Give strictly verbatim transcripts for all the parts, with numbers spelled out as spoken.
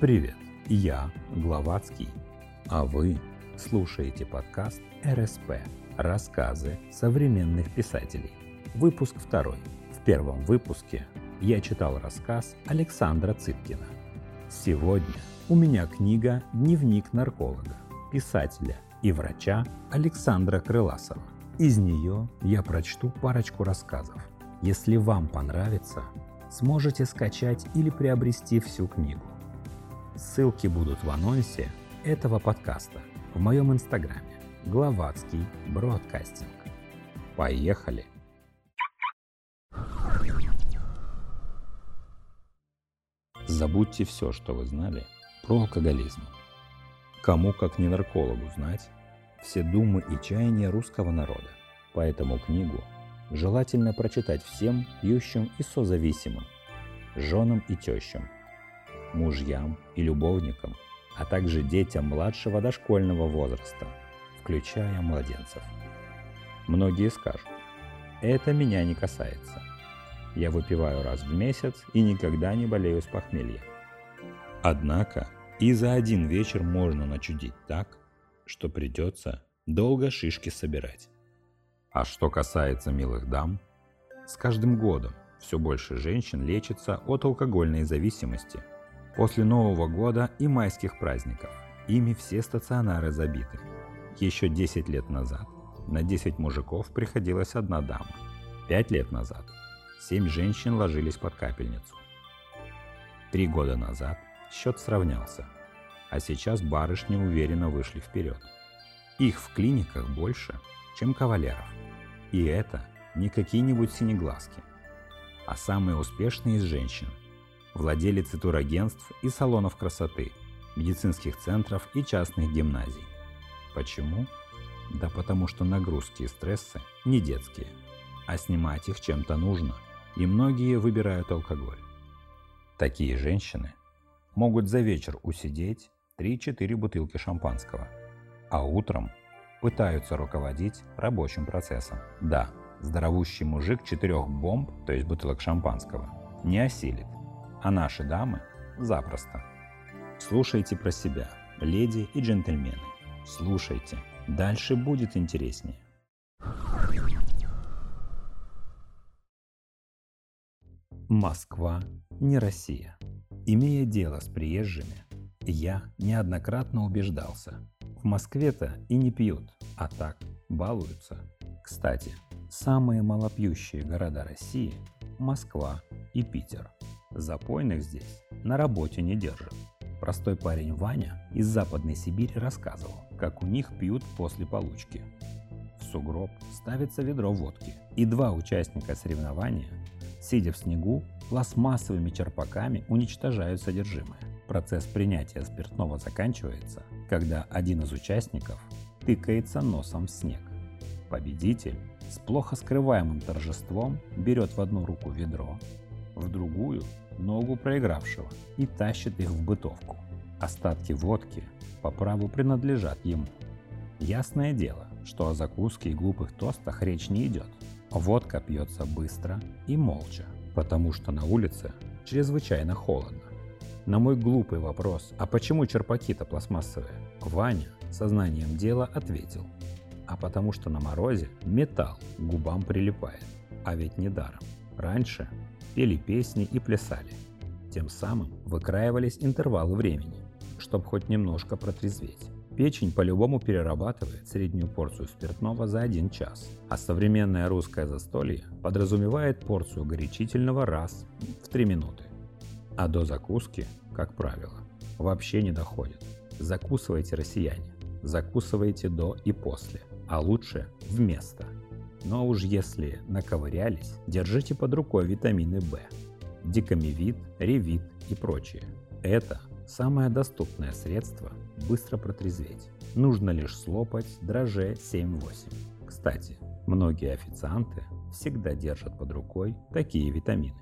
Привет, я Гловацкий, а вы слушаете подкаст эр эс пэ «Рассказы современных писателей». Выпуск второй. В первом выпуске я читал рассказ Александра Цыпкина. Сегодня у меня книга «Дневник нарколога», писателя и врача Александра Крыласова. Из нее я прочту парочку рассказов. Если вам понравится, сможете скачать или приобрести всю книгу. Ссылки будут в анонсе этого подкаста в моем инстаграме Гловацкий Бродкастинг. Поехали! Забудьте все, что вы знали про алкоголизм. Кому, как не наркологу, знать все думы и чаяния русского народа. Поэтому книгу желательно прочитать всем пьющим и созависимым, женам и тещам, мужьям и любовникам, а также детям младшего дошкольного возраста, включая младенцев. Многие скажут: это меня не касается. Я выпиваю раз в месяц и никогда не болею с похмелья. Однако и за один вечер можно начудить так, что придется долго шишки собирать. А что касается милых дам, с каждым годом все больше женщин лечится от алкогольной зависимости. После Нового года и майских праздников ими все стационары забиты. Еще десять лет назад на десять мужиков приходилась одна дама. пять лет назад семь женщин ложились под капельницу. Три года назад счет сравнялся, а сейчас барышни уверенно вышли вперед. Их в клиниках больше, чем кавалеров. И это не какие-нибудь синеглазки, а самые успешные из женщин – владелицы турагентств и салонов красоты, медицинских центров и частных гимназий. Почему? Да потому что нагрузки и стрессы не детские, а снимать их чем-то нужно, и многие выбирают алкоголь. Такие женщины могут за вечер усидеть три-четыре бутылки шампанского, а утром пытаются руководить рабочим процессом. Да, здоровущий мужик четырех бомб, то есть бутылок шампанского, не осилит, а наши дамы запросто. Слушайте про себя, леди и джентльмены. Слушайте, дальше будет интереснее. Москва не Россия. Имея дело с приезжими, я неоднократно убеждался: в Москве-то и не пьют, а так балуются. Кстати, самые малопьющие города России – Москва и Питер. Запойных здесь на работе не держат. Простой парень Ваня из Западной Сибири рассказывал, как у них пьют после получки. В сугроб ставится ведро водки, и два участника соревнования, сидя в снегу, пластмассовыми черпаками уничтожают содержимое. Процесс принятия спиртного заканчивается, когда один из участников тыкается носом в снег. Победитель с плохо скрываемым торжеством берет в одну руку ведро, в другую – ногу проигравшего и тащит их в бытовку. Остатки водки по праву принадлежат ему. Ясное дело, что о закуске и глупых тостах речь не идет. Водка пьется быстро и молча, потому что на улице чрезвычайно холодно. На мой глупый вопрос: а почему черпаки-то пластмассовые, Ваня сознанием дела ответил: а потому что на морозе металл к губам прилипает. А ведь недаром. Раньше пели песни и плясали. Тем самым выкраивались интервалы времени, чтобы хоть немножко протрезветь. Печень по-любому перерабатывает среднюю порцию спиртного за один час, а современное русское застолье подразумевает порцию горячительного раз в три минуты. А до закуски, как правило, вообще не доходит. Закусывайте, россияне, закусывайте до и после, а лучше вместо. Но уж если наковырялись, держите под рукой витамины В, дикамивит, ревит и прочее. Это самое доступное средство быстро протрезветь. Нужно лишь слопать дрожжи семь-восемь. Кстати, многие официанты всегда держат под рукой такие витамины.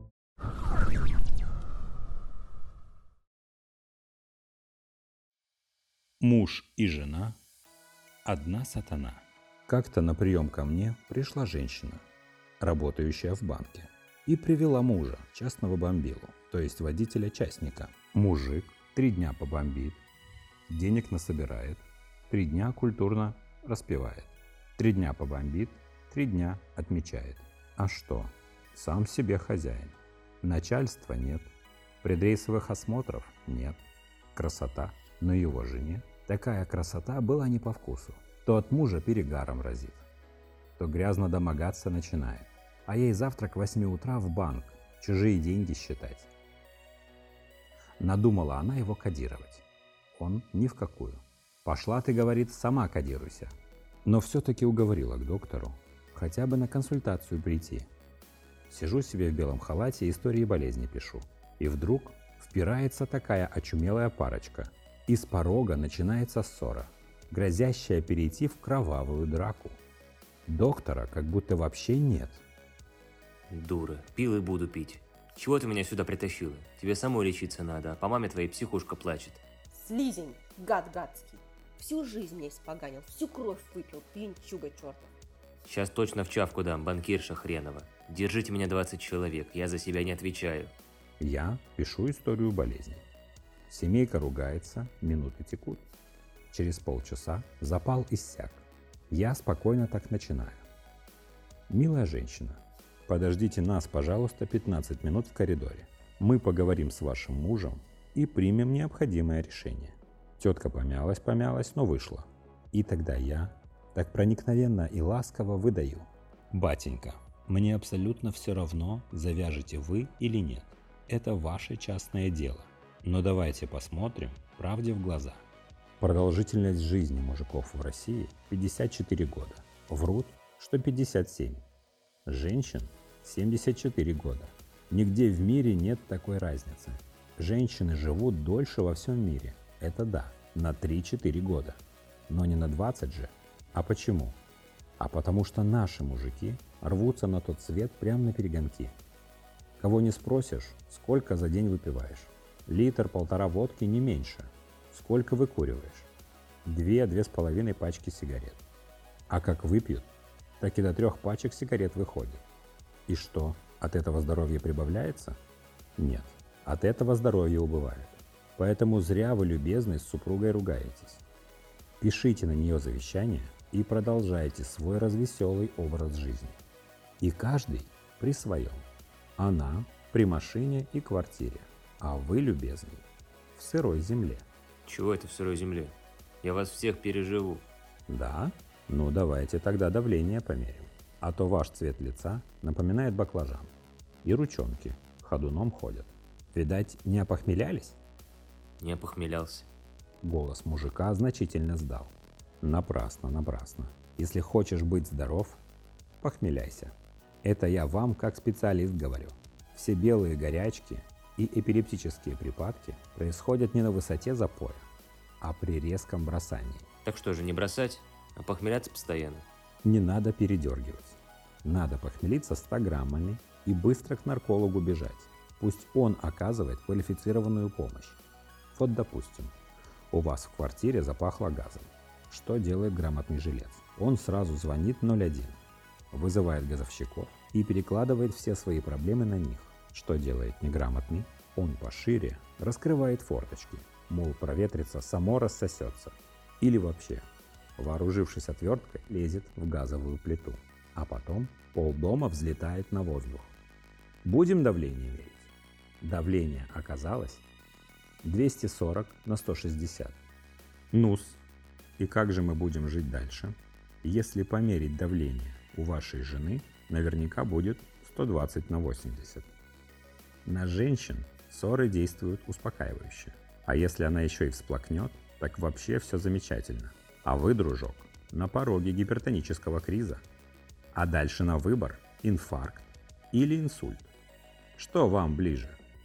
Муж и жена – одна сатана. Как-то на прием ко мне пришла женщина, работающая в банке, и привела мужа, частного бомбилу, то есть водителя-частника. Мужик Три дня побомбит, денег насобирает, три дня культурно распевает. Три дня побомбит, три дня отмечает. А что? Сам себе хозяин. Начальства нет, предрейсовых осмотров нет. Красота, но его жене такая красота была не по вкусу. То от мужа перегаром разит, то грязно домогаться начинает. А ей завтра к восьми утра в банк чужие деньги считать. Надумала она его кодировать. Он ни в какую. Пошла ты, говорит, сама кодируйся. Но все-таки уговорила к доктору хотя бы на консультацию прийти. Сижу себе в белом халате, истории болезни пишу. И вдруг впирается такая очумелая парочка. И с порога начинается ссора, грозящая перейти в кровавую драку. Доктора как будто вообще нет. Дура, пил и буду пить. Чего ты меня сюда притащила? Тебе самой лечиться надо, а по маме твоей психушка плачет. Слизень, гад гадский. Всю жизнь мне испоганил, всю кровь выпил, пьянчуга чертов. Сейчас точно в чавку дам, банкирша хренова. Держите меня двадцать человек, я за себя не отвечаю. Я пишу историю болезни. Семейка ругается, минуты текут. Через полчаса запал иссяк. Я спокойно так начинаю. Милая женщина, подождите нас, пожалуйста, пятнадцать минут в коридоре. Мы поговорим с вашим мужем и примем необходимое решение. Тетка помялась-помялась, но вышла. И тогда я так проникновенно и ласково выдаю. Батенька, мне абсолютно все равно, завяжете вы или нет. Это ваше частное дело. Но давайте посмотрим правде в глаза. Продолжительность жизни мужиков в России пятьдесят четыре года. Врут, что пятьдесят семь. Женщин семьдесят четыре года. Нигде в мире нет такой разницы. Женщины живут дольше во всем мире. Это да, на три-четыре года. Но не на двадцать же. А почему? А потому что наши мужики рвутся на тот свет прямо на перегонки. Кого не спросишь, сколько за день выпиваешь? Литр-полтора водки не меньше. Сколько выкуриваешь? Две-две с половиной пачки сигарет. А как выпьют, так и до трех пачек сигарет выходит. И что, от этого здоровье прибавляется? Нет, от этого здоровье убывает. Поэтому зря вы, любезный, с супругой ругаетесь. Пишите на нее завещание и продолжайте свой развеселый образ жизни. И каждый при своем. Она при машине и квартире, а вы, любезный, в сырой земле. Чего это в сырой земле? Я вас всех переживу. Да? Ну давайте тогда давление померим. А то ваш цвет лица напоминает баклажан. И ручонки ходуном ходят. Видать, не опохмелялись? Не опохмелялся. Голос мужика значительно сдал. Напрасно, напрасно. Если хочешь быть здоров, похмеляйся. Это я вам как специалист говорю. Все белые горячки и эпилептические припадки происходят не на высоте запоя, а при резком бросании. Так что же, не бросать, а похмеляться постоянно? Не надо передергивать. Надо похмелиться ста граммами и быстро к наркологу бежать. Пусть он оказывает квалифицированную помощь. Вот, допустим, у вас в квартире запахло газом. Что делает грамотный жилец? Он сразу звонит ноль один, вызывает газовщиков и перекладывает все свои проблемы на них. Что делает неграмотный? Он пошире раскрывает форточки, мол, проветрится, само рассосется. Или вообще, вооружившись отверткой, лезет в газовую плиту. А потом полдома взлетает на воздух. Будем давление мерить. Давление оказалось двести сорок на сто шестьдесят. Ну-с, и как же мы будем жить дальше? Если померить давление у вашей жены, наверняка будет сто двадцать на восемьдесят. На женщин ссоры действуют успокаивающе. А если она еще и всплакнет, так вообще все замечательно. А вы, дружок, на пороге гипертонического криза. А дальше на выбор инфаркт или инсульт. Что вам ближе?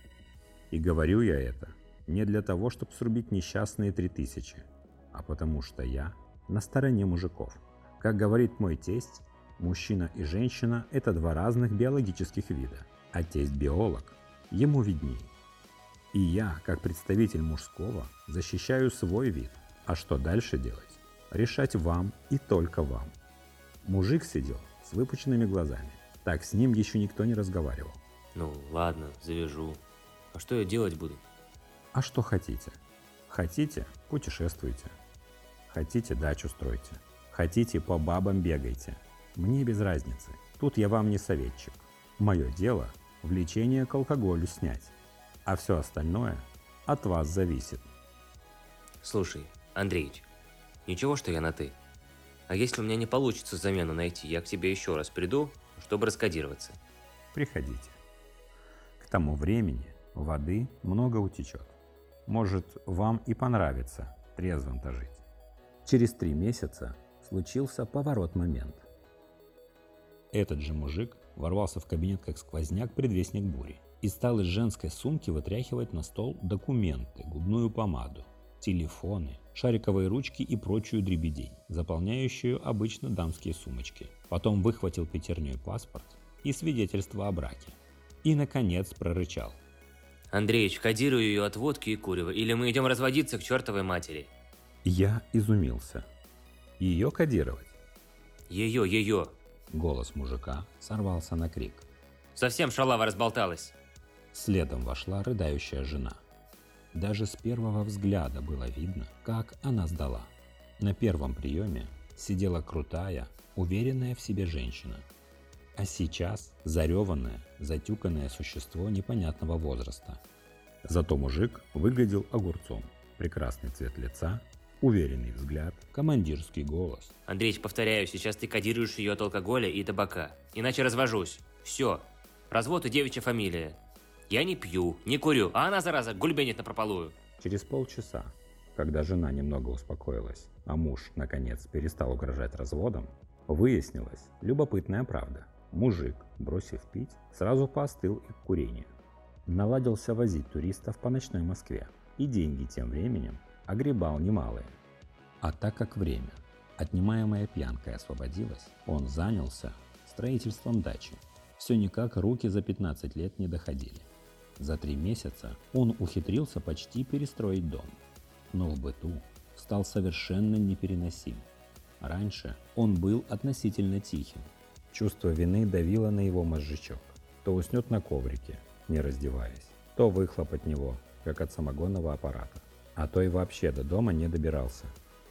И говорю я это не для того, чтобы срубить несчастные три тысячи, а потому что я на стороне мужиков. Как говорит мой тесть, мужчина и женщина – это два разных биологических вида, а тесть биолог, ему видней. И я, как представитель мужского, защищаю свой вид. А что дальше делать? Решать вам и только вам. Мужик сидел с выпученными глазами. Так с ним еще никто не разговаривал. Ну, ладно, завяжу. А что я делать буду? А что хотите? Хотите – путешествуйте. Хотите – дачу стройте. Хотите – по бабам бегайте. Мне без разницы. Тут я вам не советчик. Мое дело – влечение к алкоголю снять. А все остальное от вас зависит. Слушай, Андреич, ничего, что я на «ты». А если у меня не получится замену найти, я к тебе еще раз приду, чтобы раскодироваться. Приходите. К тому времени воды много утечет. Может, вам и понравится трезвым-то жить. Через три месяца случился поворот-момент. Этот же мужик ворвался в кабинет как сквозняк, предвестник бури, и стал из женской сумки вытряхивать на стол документы, губную помаду, телефоны, шариковые ручки и прочую дребедень, заполняющую обычно дамские сумочки. Потом выхватил пятерней паспорт и свидетельство о браке. И, наконец, прорычал. Андреич, кодируй ее от водки и курева, или мы идем разводиться к чертовой матери. Я изумился. Ее кодировать? Ее, ее. Голос мужика сорвался на крик. Совсем шалава разболталась. Следом вошла рыдающая жена. Даже с первого взгляда было видно, как она сдала. На первом приеме сидела крутая, уверенная в себе женщина. А сейчас зареванное, затюканное существо непонятного возраста. Зато мужик выглядел огурцом. Прекрасный цвет лица, уверенный взгляд, командирский голос. Андреич, повторяю, сейчас ты кодируешь ее от алкоголя и табака. Иначе развожусь. Все. Развод и девичья фамилия. Я не пью, не курю, а она, зараза, гульбенит напропалую. Через полчаса, когда жена немного успокоилась, а муж, наконец, перестал угрожать разводом, выяснилась любопытная правда. Мужик, бросив пить, сразу поостыл и к курению. Наладился возить туристов по ночной Москве, и деньги тем временем огребал немалые. А так как время, отнимаемое пьянкой, освободилось, он занялся строительством дачи. Все никак руки за пятнадцать лет не доходили. За три месяца он ухитрился почти перестроить дом, но в быту стал совершенно непереносим. Раньше он был относительно тихим. Чувство вины давило на его мозжечок. То уснет на коврике, не раздеваясь, то выхлоп от него, как от самогонного аппарата, а то и вообще до дома не добирался.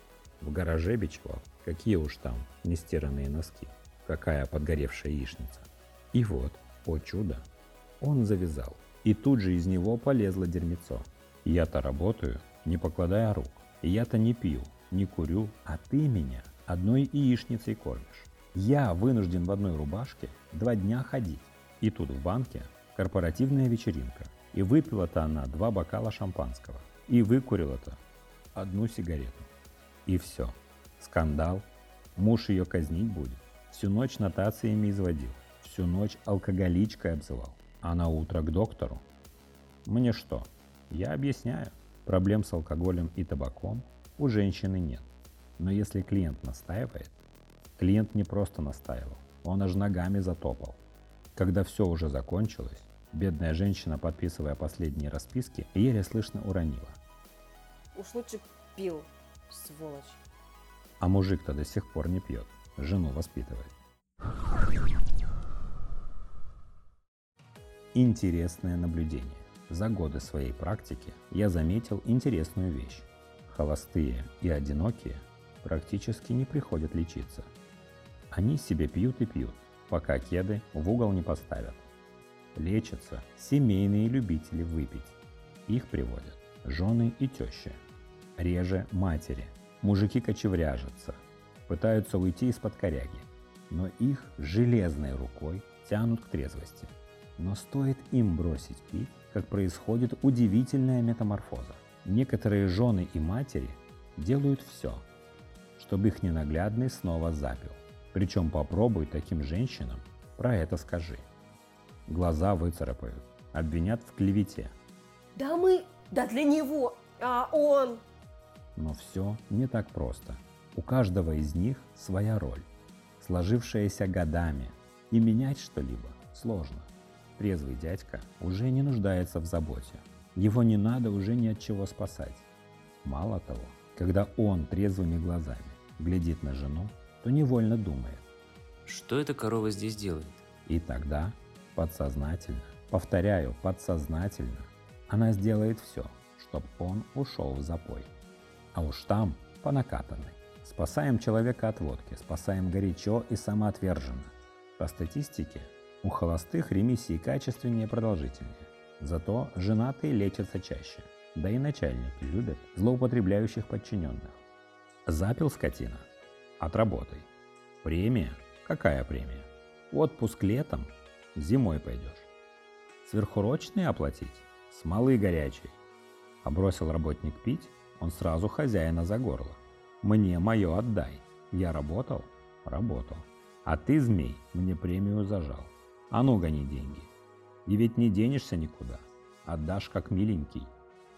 В гараже бичевал, какие уж там нестиранные носки, какая подгоревшая яичница. И вот, о чудо, он завязал. И тут же из него полезло дерьмецо. Я-то работаю, не покладая рук. Я-то не пью, не курю, а ты меня одной яичницей кормишь. Я вынужден в одной рубашке два дня ходить. И тут в банке корпоративная вечеринка. И выпила-то она два бокала шампанского. И выкурила-то одну сигарету. И все. Скандал. Муж ее казнить будет. Всю ночь нотациями изводил. Всю ночь алкоголичкой обзывал. А на утро к доктору. Мне что? Я объясняю. Проблем с алкоголем и табаком у женщины нет. Но если клиент настаивает, клиент не просто настаивал, он аж ногами затопал. Когда все уже закончилось, бедная женщина, подписывая последние расписки, еле слышно уронила. Уж лучше пил, сволочь. А мужик-то до сих пор не пьет, жену воспитывает. Интересное наблюдение. За годы своей практики я заметил интересную вещь. Холостые и одинокие практически не приходят лечиться. Они себе пьют и пьют, пока кеды в угол не поставят. Лечатся семейные любители выпить. Их приводят жены и тещи. Реже матери. Мужики кочевряжутся, пытаются уйти из-под коряги, но их железной рукой тянут к трезвости. Но стоит им бросить пить, как происходит удивительная метаморфоза. Некоторые жены и матери делают все, чтобы их ненаглядный снова запил. Причем попробуй таким женщинам про это скажи. Глаза выцарапают, обвинят в клевете. Да мы, да для него, а он... Но все не так просто. У каждого из них своя роль, сложившаяся годами, и менять что-либо сложно. Трезвый дядька уже не нуждается в заботе. Его не надо уже ни от чего спасать. Мало того, когда он трезвыми глазами глядит на жену, то невольно думает. Что эта корова здесь делает? И тогда подсознательно, повторяю, подсознательно, она сделает все, чтоб он ушел в запой. А уж там по накатанной. Спасаем человека от водки, спасаем горячо и самоотверженно. По статистике, у холостых ремиссии качественнее и продолжительнее. Зато женатые лечатся чаще. Да и начальники любят злоупотребляющих подчиненных. Запил скотина? Отработай. Премия? Какая премия? Отпуск летом? Зимой пойдешь. Сверхурочные оплатить? Смолы горячей. А бросил работник пить? Он сразу хозяина за горло. Мне мое отдай. Я работал? Работал. А ты, змей, мне премию зажал. А ну гони деньги. И ведь не денешься никуда. Отдашь как миленький.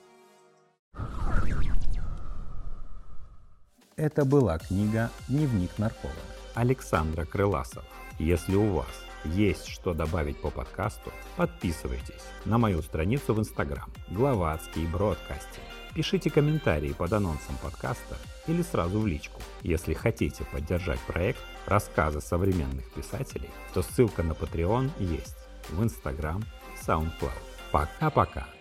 Это была книга «Дневник нарколога» Александра Крыласова. Если у вас есть что добавить по подкасту, подписывайтесь на мою страницу в Инстаграм Гловацкий Бродкастинг. Пишите комментарии под анонсом подкаста или сразу в личку. Если хотите поддержать проект «Рассказы современных писателей», то ссылка на Patreon есть в Instagram, SoundCloud. Пока-пока!